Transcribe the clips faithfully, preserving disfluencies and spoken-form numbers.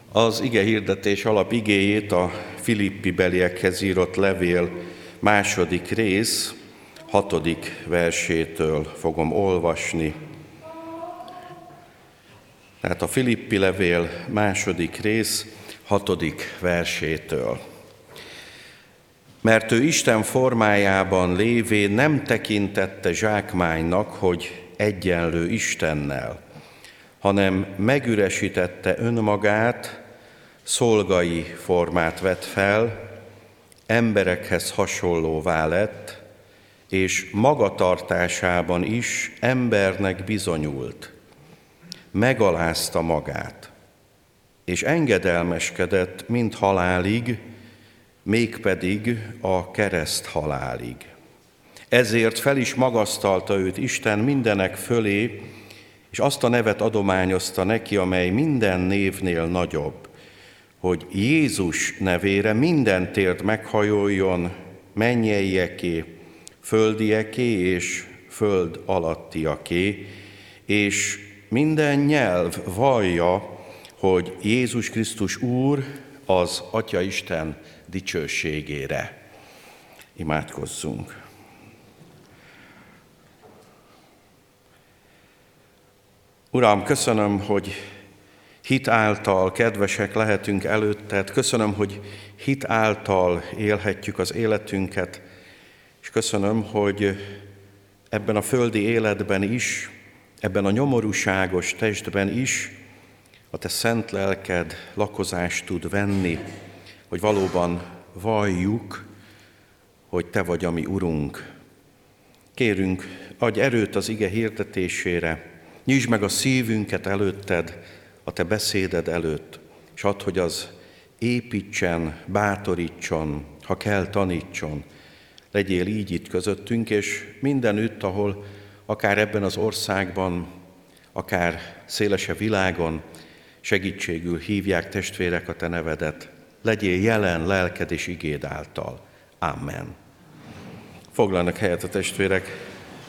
Az ige hirdetés alap igéjét a Filippi beliekhez írott levél második rész, hatodik versétől fogom olvasni. Tehát a Filippi levél második rész, hatodik versétől. Mert ő Isten formájában lévén nem tekintette zsákmánynak, hogy egyenlő Istennel, hanem megüresítette önmagát, szolgai formát vett fel, emberekhez hasonlóvá lett, és magatartásában is embernek bizonyult. Megalázta magát, és engedelmeskedett mind halálig, mégpedig a kereszt halálig. Ezért fel is magasztalta őt Isten mindenek fölé, és azt a nevet adományozta neki, amely minden névnél nagyobb, hogy Jézus nevére minden tért meghajoljon, mennyeieké, földieké és föld alattiaké, és minden nyelv vallja, hogy Jézus Krisztus Úr az Atya Isten dicsőségére. Imádkozzunk! Uram, köszönöm, hogy hit által kedvesek lehetünk előtted, köszönöm, hogy hit által élhetjük az életünket, és köszönöm, hogy ebben a földi életben is, ebben a nyomorúságos testben is a te szent lelked lakozást tud venni, hogy valóban valljuk, hogy te vagy a mi Urunk. Kérünk, adj erőt az ige hirdetésére, nyisd meg a szívünket előtted, a te beszéded előtt, és add, hogy az építsen, bátorítson, ha kell, tanítson. Legyél így itt közöttünk, és mindenütt, ahol akár ebben az országban, akár szélesebb világon segítségül hívják testvérek a te nevedet. Legyél jelen lelked és igéd által. Amen. Foglalnak helyet a testvérek.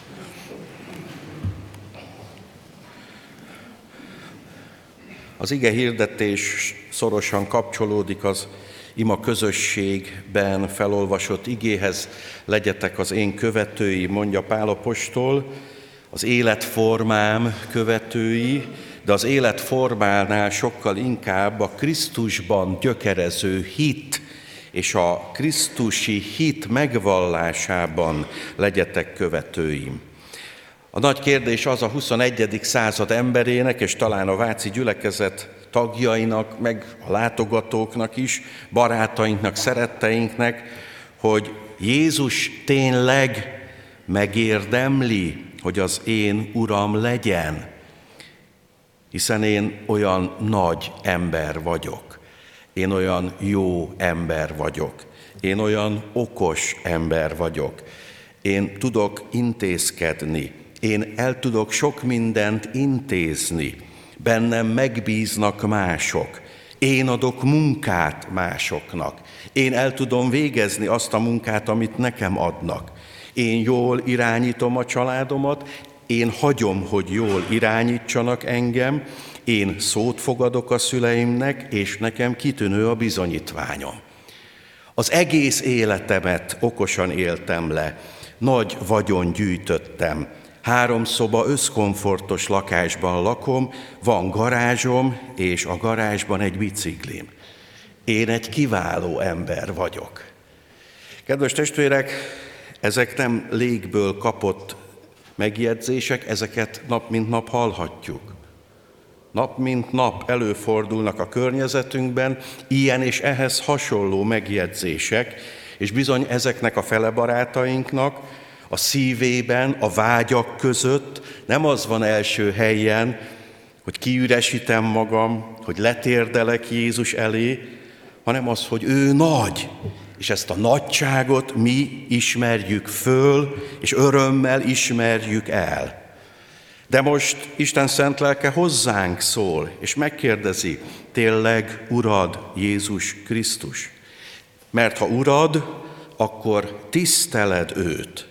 Az ige hirdetés szorosan kapcsolódik az ima közösségben felolvasott igéhez. Legyetek az én követői, mondja Pál apostol, az életformám követői, de az életformánál sokkal inkább a Krisztusban gyökerező hit és a krisztusi hit megvallásában legyetek követőim. A nagy kérdés az a huszonegyedik század emberének, és talán a váci gyülekezet tagjainak, meg a látogatóknak is, barátainknak, szeretteinknek, hogy Jézus tényleg megérdemli, hogy az én Uram legyen, hiszen én olyan nagy ember vagyok, én olyan jó ember vagyok, én olyan okos ember vagyok, én tudok intézkedni, én el tudok sok mindent intézni, bennem megbíznak mások, én adok munkát másoknak, én el tudom végezni azt a munkát, amit nekem adnak. Én jól irányítom a családomat, én hagyom, hogy jól irányítsanak engem, én szót fogadok a szüleimnek, és nekem kitűnő a bizonyítványom. Az egész életemet okosan éltem le, nagy vagyon gyűjtöttem, három szoba összkomfortos lakásban lakom, van garázsom, és a garázsban egy biciklim. Én egy kiváló ember vagyok. Kedves testvérek, ezek nem légből kapott megjegyzések, ezeket nap mint nap hallhatjuk. Nap mint nap előfordulnak a környezetünkben ilyen és ehhez hasonló megjegyzések, és bizony ezeknek a fele barátainknak a szívében, a vágyak között nem az van első helyen, hogy kiüresítem magam, hogy letérdelek Jézus elé, hanem az, hogy ő nagy, és ezt a nagyságot mi ismerjük föl, és örömmel ismerjük el. De most Isten szent lelke hozzánk szól, és megkérdezi, tényleg Urad Jézus Krisztus? Mert ha Urad, akkor tiszteled őt.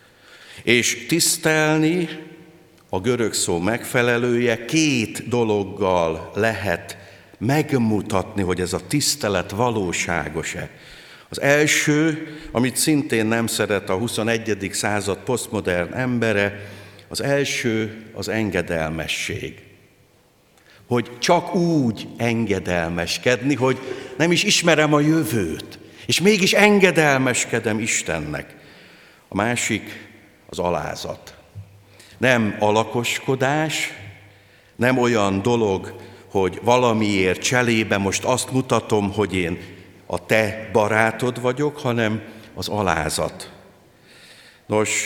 És tisztelni, a görög szó megfelelője, két dologgal lehet megmutatni, hogy ez a tisztelet valóságos-e. Az első, amit szintén nem szeret a huszonegyedik század posztmodern embere, az első az engedelmesség. Hogy csak úgy engedelmeskedni, hogy nem is ismerem a jövőt, és mégis engedelmeskedem Istennek. A másik az alázat. Nem alakoskodás, nem olyan dolog, hogy valamiért cselébe most azt mutatom, hogy én a te barátod vagyok, hanem az alázat. Nos,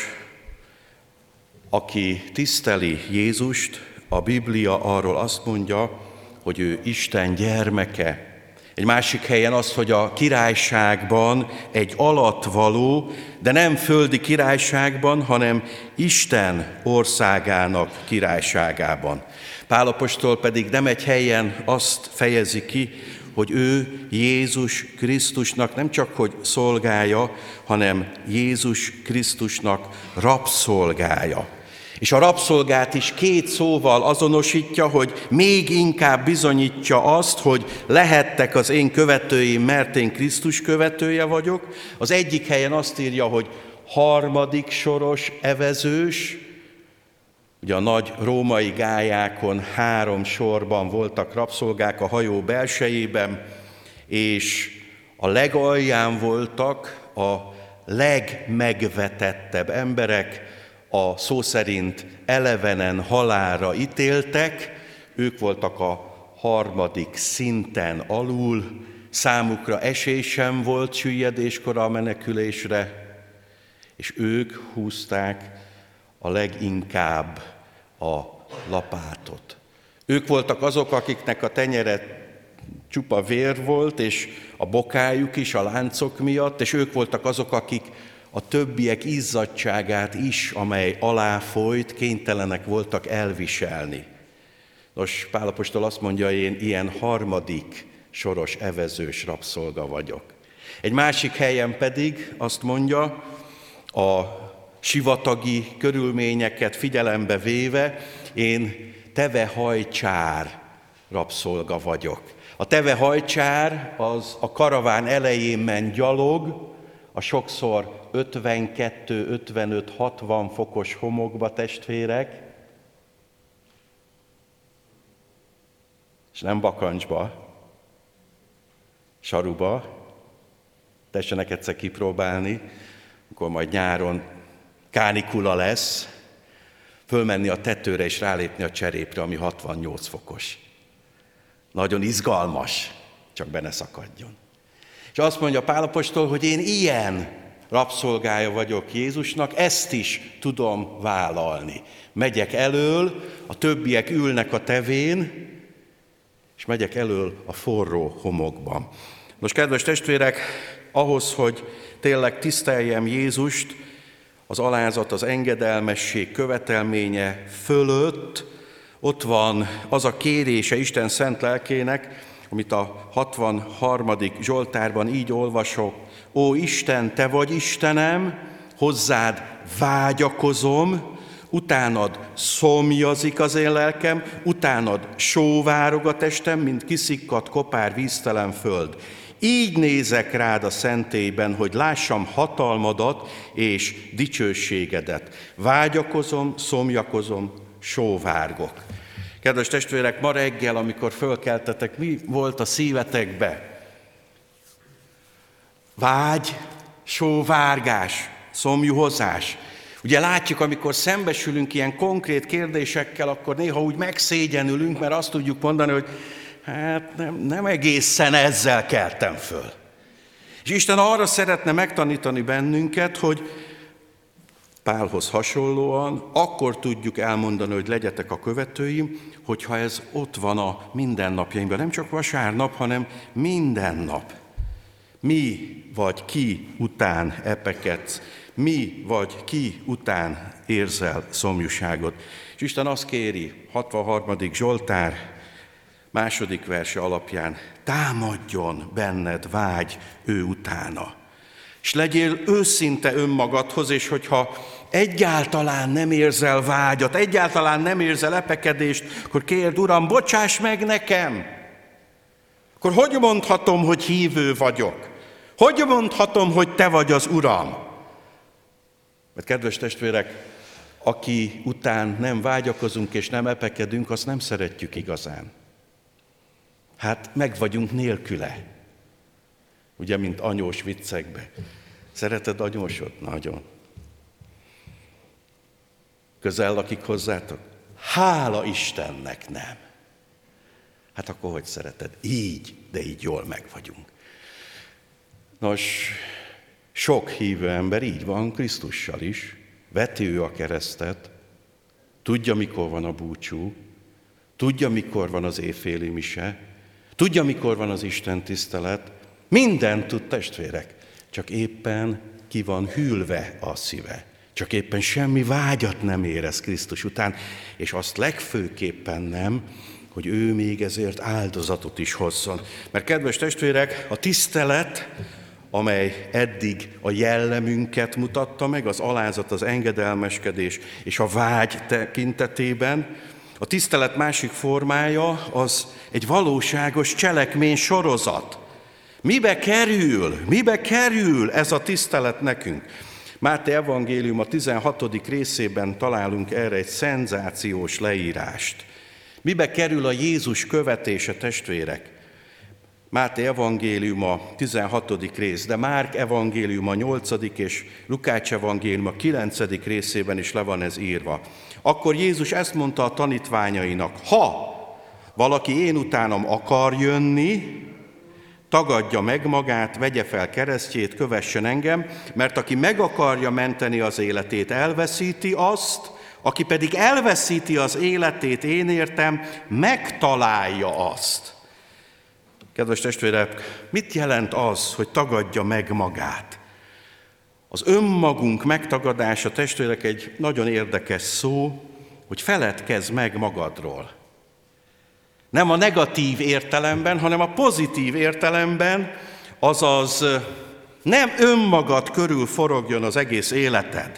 aki tiszteli Jézust, a Biblia arról azt mondja, hogy ő Isten gyermeke. Egy másik helyen az, hogy a királyságban egy alatvaló, de nem földi királyságban, hanem Isten országának királyságában. Pál apostol pedig nem egy helyen azt fejezi ki, hogy ő Jézus Krisztusnak nem csak hogy szolgája, hanem Jézus Krisztusnak rabszolgája. És a rabszolgát is két szóval azonosítja, hogy még inkább bizonyítja azt, hogy lehettek az én követőim, mert én Krisztus követője vagyok. Az egyik helyen azt írja, hogy harmadik soros evezős. Ugye a nagy római gályákon három sorban voltak rabszolgák a hajó belsejében, és a legalján voltak a legmegvetettebb emberek, a szó szerint elevenen halálra ítéltek, ők voltak a harmadik szinten alul, számukra esély sem volt süllyedéskor a menekülésre, és ők húzták a leginkább a lapátot. Ők voltak azok, akiknek a tenyere csupa vér volt, és a bokájuk is a láncok miatt, és ők voltak azok, akik a többiek izzadtságát is, amely alá folyt, kénytelenek voltak elviselni. Nos, Pál apostol azt mondja, én ilyen harmadik soros evezős rabszolga vagyok. Egy másik helyen pedig azt mondja, a sivatagi körülményeket figyelembe véve, én tevehajcsár rabszolga vagyok. A tevehajcsár az a karaván elején ment gyalog, a sokszor ötvenkettő, ötvenöt, hatvan fokos homokba, testvérek, és nem bakancsba, saruba, tessenek egyszer kipróbálni, akkor majd nyáron kánikula lesz, fölmenni a tetőre és rálépni a cserépre, ami hatvannyolc fokos. Nagyon izgalmas, csak be ne szakadjon. És azt mondja Pál apostol, hogy én ilyen rabszolgája vagyok Jézusnak, ezt is tudom vállalni. Megyek elől, a többiek ülnek a tevén, és megyek elől a forró homokban. Most, kedves testvérek, ahhoz, hogy tényleg tiszteljem Jézust, az alázat, az engedelmesség követelménye fölött ott van az a kérése Isten szent lelkének, amit a hatvanharmadik Zsoltárban így olvasok. Ó Isten, te vagy Istenem, hozzád vágyakozom, utánad szomjazik az én lelkem, utánad sóvárog a testem, mint kiszikkadt kopár víztelen föld. Így nézek rád a szentélyben, hogy lássam hatalmadat és dicsőségedet. Vágyakozom, szomjakozom, sóvárgok. Kedves testvérek, ma reggel, amikor fölkeltetek, mi volt a szívetekbe? Vágy, sóvárgás, szomjuhozás. Ugye látjuk, amikor szembesülünk ilyen konkrét kérdésekkel, akkor néha úgy megszégyenülünk, mert azt tudjuk mondani, hogy hát nem, nem egészen ezzel keltem föl. És Isten arra szeretne megtanítani bennünket, hogy Pálhoz hasonlóan akkor tudjuk elmondani, hogy legyetek a követőim, hogyha ez ott van a mindennapjainkban. Nem csak vasárnap, hanem minden nap. Mi vagy ki után epekedsz, mi vagy ki után érzel szomjúságot. És Isten azt kéri, hatvanharmadik Zsoltár második verse alapján, támadjon benned vágy ő utána. És legyél őszinte önmagadhoz, és hogyha egyáltalán nem érzel vágyat, egyáltalán nem érzel epekedést, akkor kérd, Uram, bocsáss meg nekem! akkor hogy mondhatom, hogy hívő vagyok? Hogy mondhatom, hogy te vagy az Uram? Mert kedves testvérek, aki után nem vágyakozunk és nem epekedünk, azt nem szeretjük igazán. Hát meg vagyunk nélküle. Ugye, mint anyós viccekbe. Szereted anyósod? Nagyon. Közel lakik hozzátok? Hála Istennek nem. Hát akkor hogy szereted? Így, de így jól meg vagyunk. Nos, sok hívő ember így van Krisztussal is. Veti ő a keresztet, tudja, mikor van a búcsú, tudja, mikor van az éjféli mise, tudja, mikor van az Isten tisztelet, mindent tud, testvérek, csak éppen ki van hűlve a szíve. Csak éppen semmi vágyat nem érez Krisztus után, és azt legfőképpen nem, hogy ő még ezért áldozatot is hozzon. Mert kedves testvérek, a tisztelet, amely eddig a jellemünket mutatta meg, az alázat, az engedelmeskedés és a vágy tekintetében, a tisztelet másik formája az egy valóságos cselekmény sorozat. Mibe kerül, mibe kerül ez a tisztelet nekünk? Máté evangélium a tizenhatodik részében találunk erre egy szenzációs leírást. Mibe kerül a Jézus követése, testvérek? Máté evangélium a tizenhatodik rész, de Márk evangélium a nyolcadik és Lukács evangélium a kilencedik részében is le van ez írva. Akkor Jézus ezt mondta a tanítványainak: ha valaki én utánam akar jönni, tagadja meg magát, vegye fel keresztjét, kövessen engem, mert aki meg akarja menteni az életét, elveszíti azt, aki pedig elveszíti az életét, én értem, megtalálja azt. Kedves testvérek, mit jelent az, hogy tagadja meg magát? Az önmagunk megtagadása, testvérek, egy nagyon érdekes szó, hogy feledkezz meg magadról. Nem a negatív értelemben, hanem a pozitív értelemben, azaz nem önmagad körül forogjon az egész életed.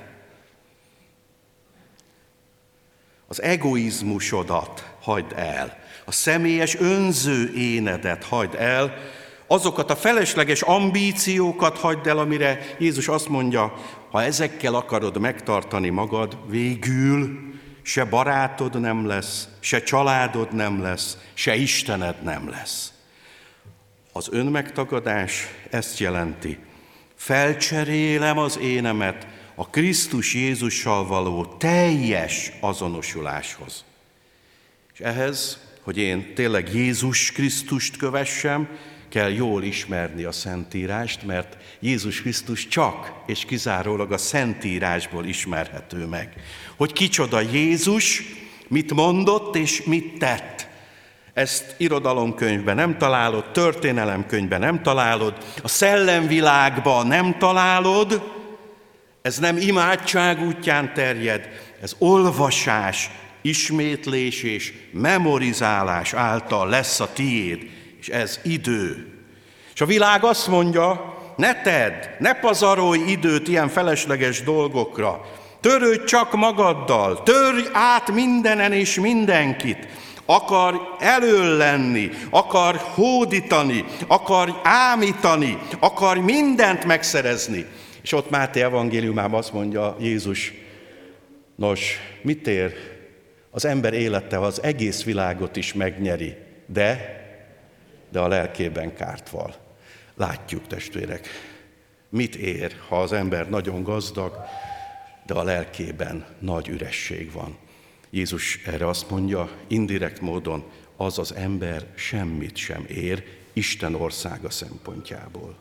Az egoizmusodat hagyd el, a személyes önző énedet hagyd el, azokat a felesleges ambíciókat hagyd el, amire Jézus azt mondja, ha ezekkel akarod megtartani magad, végül se barátod nem lesz, se családod nem lesz, se Istened nem lesz. Az önmegtagadás ezt jelenti. Felcserélem az énemet a Krisztus Jézussal való teljes azonosuláshoz. És ehhez, hogy én tényleg Jézus Krisztust kövessem, kell jól ismerni a Szentírást, mert Jézus Krisztus csak és kizárólag a Szentírásból ismerhető meg. Hogy kicsoda Jézus, mit mondott és mit tett. Ezt irodalomkönyvben nem találod, történelemkönyvben nem találod, a szellemvilágban nem találod, ez nem imádság útján terjed, ez olvasás, ismétlés és memorizálás által lesz a tiéd, és ez idő. És a világ azt mondja, ne tedd, ne pazarolj időt ilyen felesleges dolgokra, törődj csak magaddal, törj át mindenen és mindenkit, akar elől lenni, akar hódítani, akar ámítani, akar mindent megszerezni. És ott Máté evangéliumában azt mondja Jézus, nos, mit ér az ember élete, az egész világot is megnyeri, de, de a lelkében kárt val. Látjuk, testvérek, mit ér, ha az ember nagyon gazdag, de a lelkében nagy üresség van. Jézus erre azt mondja, indirekt módon az az ember semmit sem ér Isten országa szempontjából.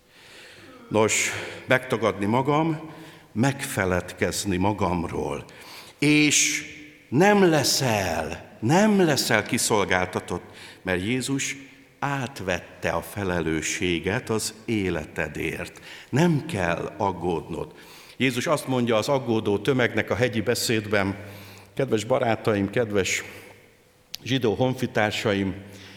Nos, megtagadni magam, megfeledkezni magamról, és nem leszel, nem leszel kiszolgáltatott, mert Jézus átvette a felelősséget az életedért. Nem kell aggódnod. Jézus azt mondja az aggódó tömegnek a hegyi beszédben, kedves barátaim, kedves zsidó honfitársaim,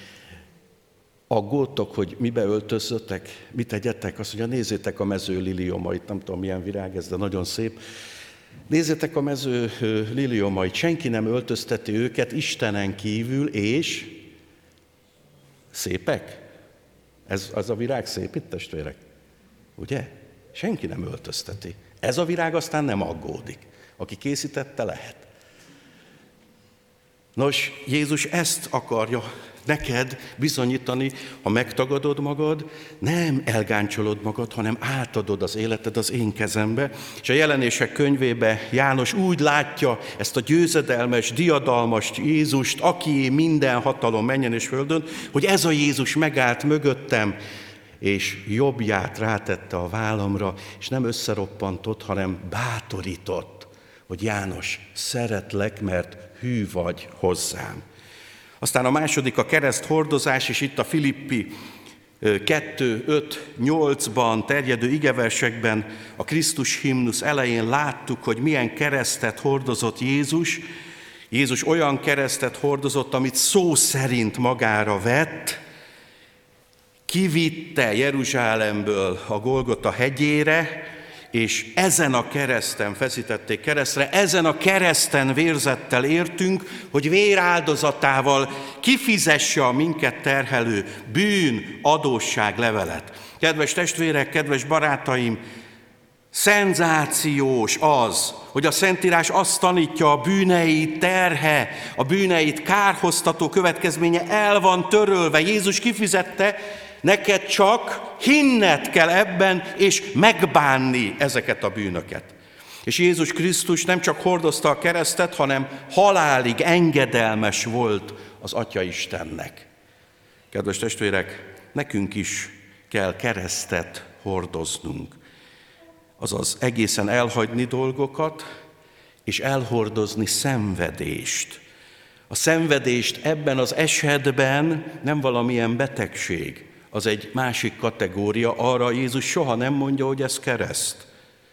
aggódtok, hogy mibe öltözöttek, mit tegyetek? Azt mondja, nézzétek a mező liliomait, nem tudom milyen virág ez, de nagyon szép. Nézzétek a mező liliomait, senki nem öltözteti őket Istenen kívül, és szépek? Ez az a virág szép itt, testvérek? Ugye? Senki nem öltözteti. Ez a virág aztán nem aggódik. Aki készítette, lehet. Nos, Jézus ezt akarja neked bizonyítani, ha megtagadod magad, nem elgáncsolod magad, hanem átadod az életed az én kezembe. És a Jelenések könyvébe János úgy látja ezt a győzedelmes, diadalmas Jézust, aki minden hatalom mennyen és földön, hogy ez a Jézus megállt mögöttem, és jobbját rátette a vállamra, és nem összeroppantott, hanem bátorított, hogy János, szeretlek, mert hű vagy hozzám. Aztán a második a kereszt hordozás, és itt a Filippi kettő, öt, nyolcban terjedő igeversekben a Krisztus himnusz elején láttuk, hogy milyen keresztet hordozott Jézus. Jézus olyan keresztet hordozott, amit szó szerint magára vett, kivitte Jeruzsálemből a Golgota hegyére, és ezen a kereszten feszítették keresztre, ezen a kereszten vérzettel értünk, hogy véráldozatával kifizesse a minket terhelő bűn, adósság levelet. Kedves testvérek, kedves barátaim, szenzációs az, hogy a Szentírás azt tanítja, a bűnei terhe, a bűneit kárhoztató következménye el van törölve. Jézus kifizette, neked csak hinned kell ebben, és megbánni ezeket a bűnöket. És Jézus Krisztus nem csak hordozta a keresztet, hanem halálig engedelmes volt az Atya Istennek. Kedves testvérek, nekünk is kell keresztet hordoznunk. Azaz egészen elhagyni dolgokat, és elhordozni szenvedést. A szenvedést ebben az esetben nem valamilyen betegség, az egy másik kategória, arra Jézus soha nem mondja, hogy ez kereszt.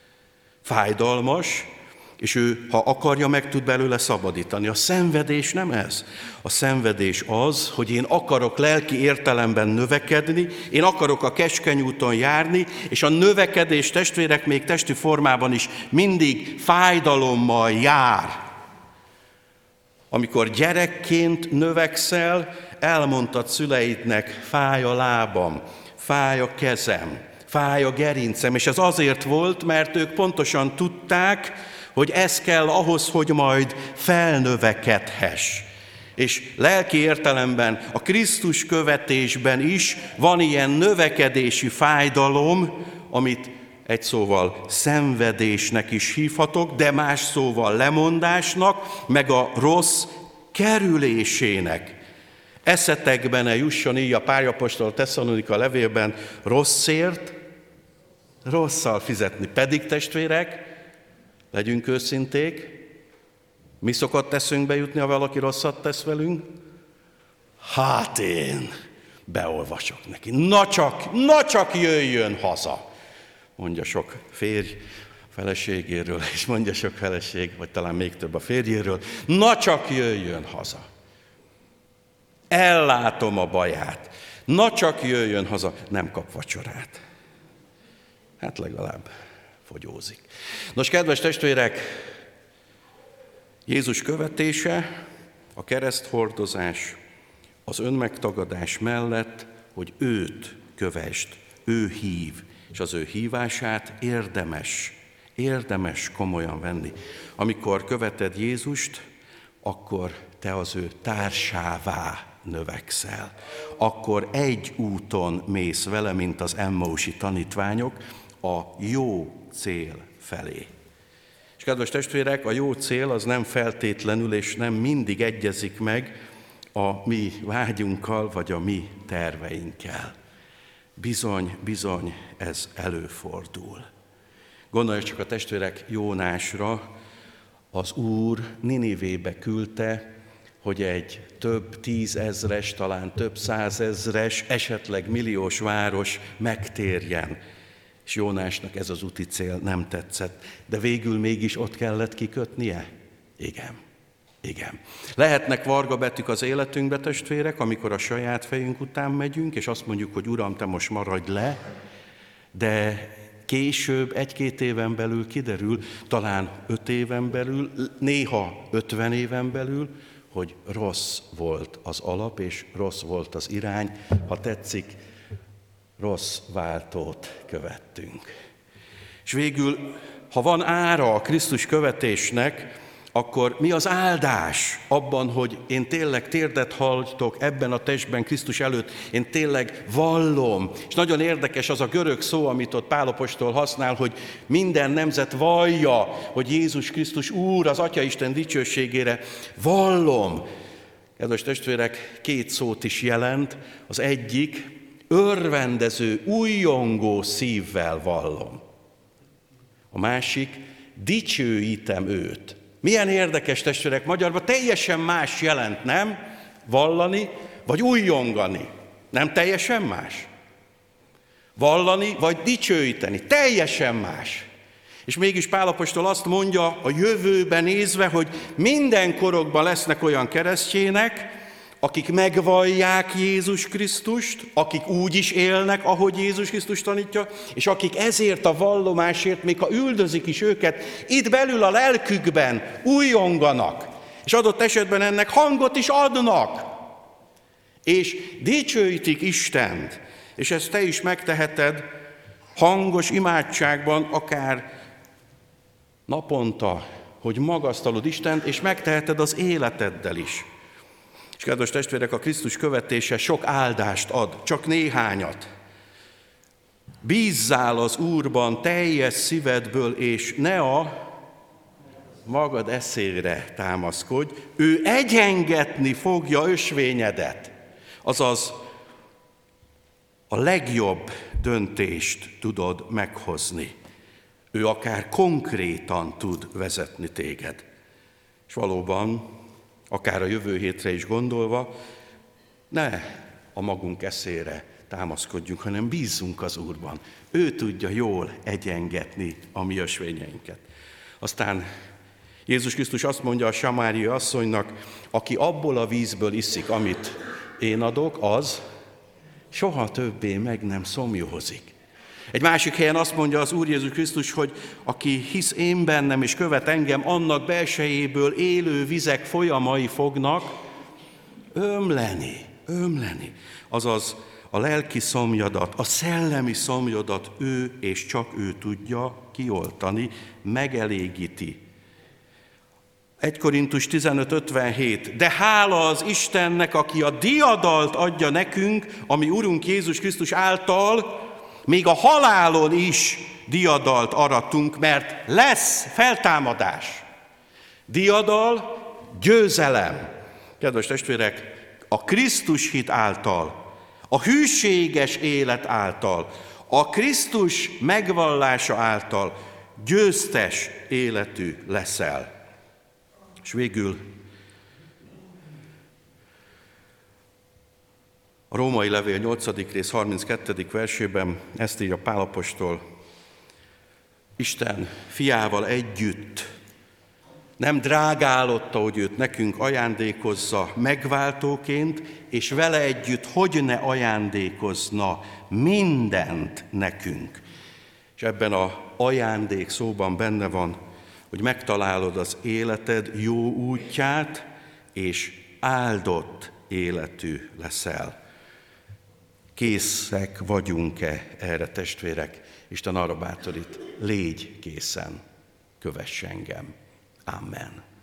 Fájdalmas, és ő, ha akarja, meg tud belőle szabadítani. A szenvedés nem ez. A szenvedés az, hogy én akarok lelki értelemben növekedni, én akarok a keskeny úton járni, és a növekedés, testvérek, még testi formában is mindig fájdalommal jár. Amikor gyerekként növekszel, elmondtad szüleidnek, fáj a lábam, fáj a kezem, fáj a gerincem, és ez azért volt, mert ők pontosan tudták, hogy ez kell ahhoz, hogy majd felnövekedhess. És lelki értelemben, a Krisztus követésben is van ilyen növekedési fájdalom, amit egy szóval szenvedésnek is hívhatok, de más szóval lemondásnak, meg a rossz kerülésének. Eszetekbe ne jusson így a Pálapostól a Tesszalonika levélben rosszért, rosszal fizetni. Pedig, testvérek, legyünk őszinték, mi szokott eszünkbe jutni, ha valaki rosszat tesz velünk? Hát én beolvasok neki. Na csak, na csak jöjjön haza, mondja sok férj feleségéről, és mondja sok feleség, vagy talán még több a férjéről, na csak jöjjön haza. Ellátom a baját. Na csak jöjjön haza, nem kap vacsorát. Hát legalább fogyózik. Nos, kedves testvérek, Jézus követése, a kereszthordozás, az önmegtagadás mellett, hogy őt kövesd, ő hív, és az ő hívását érdemes, érdemes komolyan venni. Amikor követed Jézust, akkor te az ő társává növekszel. Akkor egy úton mész vele, mint az emmausi tanítványok, a jó cél felé. És kedves testvérek, a jó cél az nem feltétlenül és nem mindig egyezik meg a mi vágyunkkal, vagy a mi terveinkkel. Bizony, bizony, ez előfordul. Gondolj csak a testvérek Jónásra, az Úr Ninivébe küldte, hogy egy több tízezres, talán több százezres, esetleg milliós város megtérjen. És Jónásnak ez az úti cél nem tetszett, de végül mégis ott kellett kikötnie? Igen, igen. Lehetnek varga betűk az életünkbe, testvérek, amikor a saját fejünk után megyünk, és azt mondjuk, hogy Uram, te most maradj le, de később, egy-két éven belül kiderül, talán öt éven belül, néha ötven éven belül, hogy rossz volt az alap, és rossz volt az irány, ha tetszik, rossz váltót követtünk. És végül, ha van ára a Krisztus követésnek, akkor mi az áldás abban, hogy én tényleg térdet hajtok ebben a testben Krisztus előtt, én tényleg vallom. És nagyon érdekes az a görög szó, amit ott Pál apostol használ, hogy minden nemzet vallja, hogy Jézus Krisztus Úr az Atyaisten dicsőségére. Vallom. Kedves testvérek, két szót is jelent. Az egyik, örvendező, újjongó szívvel vallom. A másik, dicsőítem őt. Milyen érdekes, testvérek, magyarban teljesen más jelent, nem? Vallani, vagy újjongani. Nem teljesen más? Vallani, vagy dicsőíteni. Teljesen más. És mégis Pál apostol azt mondja a jövőben nézve, hogy minden korokban lesznek olyan keresztjének, akik megvallják Jézus Krisztust, akik úgy is élnek, ahogy Jézus Krisztus tanítja, és akik ezért a vallomásért, még ha üldözik is őket, itt belül a lelkükben újjonganak, és adott esetben ennek hangot is adnak, és dicsőítik Istent, és ezt te is megteheted hangos imádságban, akár naponta, hogy magasztalod Istent, és megteheted az életeddel is. És kedves testvérek, a Krisztus követése sok áldást ad, csak néhányat. Bízzál az Úrban teljes szívedből, és ne a magad eszére támaszkodj, ő egyengetni fogja ösvényedet. Azaz a legjobb döntést tudod meghozni. Ő akár konkrétan tud vezetni téged. És valóban, akár a jövő hétre is gondolva, ne a magunk eszére támaszkodjunk, hanem bízzunk az Úrban. Ő tudja jól egyengetni a mi ösvényeinket. Aztán Jézus Krisztus azt mondja a samáriai asszonynak, aki abból a vízből iszik, amit én adok, az soha többé meg nem szomjózik. Egy másik helyen azt mondja az Úr Jézus Krisztus, hogy aki hisz én bennem és követ engem, annak belsejéből élő vizek folyamai fognak ömleni, ömleni. Azaz a lelki szomjadat, a szellemi szomjadat ő és csak ő tudja kioltani, megelégíti. egy Korintus tizenöt ötvenhét. De hála az Istennek, aki a diadalt adja nekünk, ami Urunk Jézus Krisztus által, még a halálon is diadalt aratunk, mert lesz feltámadás. Diadal, győzelem. Kedves testvérek, a Krisztus hit által, a hűséges élet által, a Krisztus megvallása által győztes életű leszel. És végül a Római levél nyolcadik rész harminckettedik versében ezt írja Pál apostol: Isten fiával együtt nem drágálotta, hogy őt nekünk ajándékozza megváltóként, és vele együtt hogy ne ajándékozna mindent nekünk. És ebben az ajándék szóban benne van, hogy megtalálod az életed jó útját, és áldott életű leszel. Készek vagyunk-e erre, testvérek? Isten arra bátorít, légy készen, kövess engem. Amen.